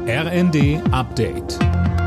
RND Update.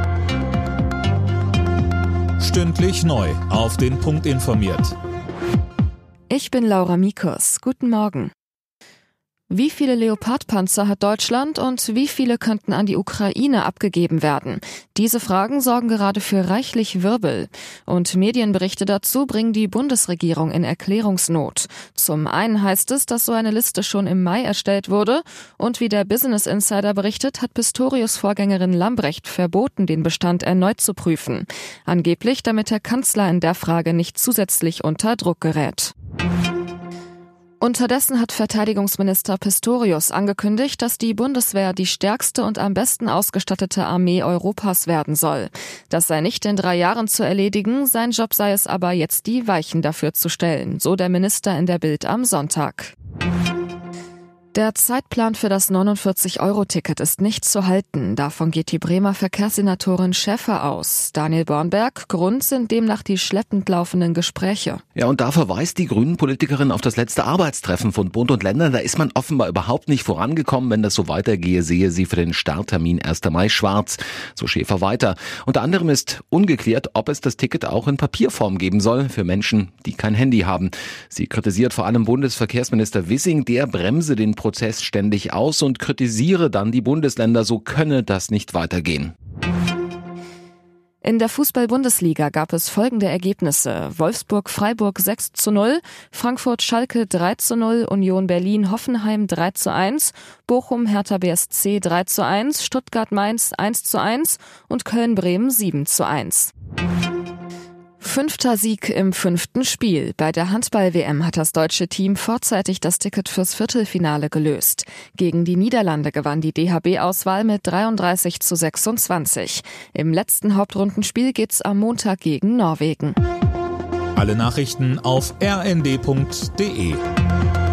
Stündlich neu auf den Punkt informiert. Ich bin Laura Mikus. Guten Morgen. Wie viele Leopard-Panzer hat Deutschland und wie viele könnten an die Ukraine abgegeben werden? Diese Fragen sorgen gerade für reichlich Wirbel. Und Medienberichte dazu bringen die Bundesregierung in Erklärungsnot. Zum einen heißt es, dass so eine Liste schon im Mai erstellt wurde. Und wie der Business Insider berichtet, hat Pistorius Vorgängerin Lambrecht verboten, den Bestand erneut zu prüfen. Angeblich, damit der Kanzler in der Frage nicht zusätzlich unter Druck gerät. Unterdessen hat Verteidigungsminister Pistorius angekündigt, dass die Bundeswehr die stärkste und am besten ausgestattete Armee Europas werden soll. Das sei nicht in 3 Jahren zu erledigen, sein Job sei es aber jetzt, die Weichen dafür zu stellen, so der Minister in der Bild am Sonntag. Der Zeitplan für das 49-Euro-Ticket ist nicht zu halten. Davon geht die Bremer Verkehrssenatorin Schäfer aus. Daniel Bornberg, Grund sind demnach die schleppend laufenden Gespräche. Ja, und da verweist die Grünen-Politikerin auf das letzte Arbeitstreffen von Bund und Ländern. Da ist man offenbar überhaupt nicht vorangekommen. Wenn das so weitergehe, sehe sie für den Starttermin 1. Mai schwarz. So Schäfer weiter. Unter anderem ist ungeklärt, ob es das Ticket auch in Papierform geben soll für Menschen, die kein Handy haben. Sie kritisiert vor allem Bundesverkehrsminister Wissing, der bremse den Prozess ständig aus und kritisiere dann die Bundesländer, so könne das nicht weitergehen. In der Fußball-Bundesliga gab es folgende Ergebnisse: Wolfsburg-Freiburg 6:0, Frankfurt-Schalke 3:0, Union Berlin-Hoffenheim 3:1, Bochum-Hertha BSC 3:1, Stuttgart-Mainz 1:1 und Köln-Bremen 7:1. 5. Sieg im 5. Spiel. Bei der Handball-WM hat das deutsche Team vorzeitig das Ticket fürs Viertelfinale gelöst. Gegen die Niederlande gewann die DHB-Auswahl mit 33:26. Im letzten Hauptrundenspiel geht's am Montag gegen Norwegen. Alle Nachrichten auf rnd.de.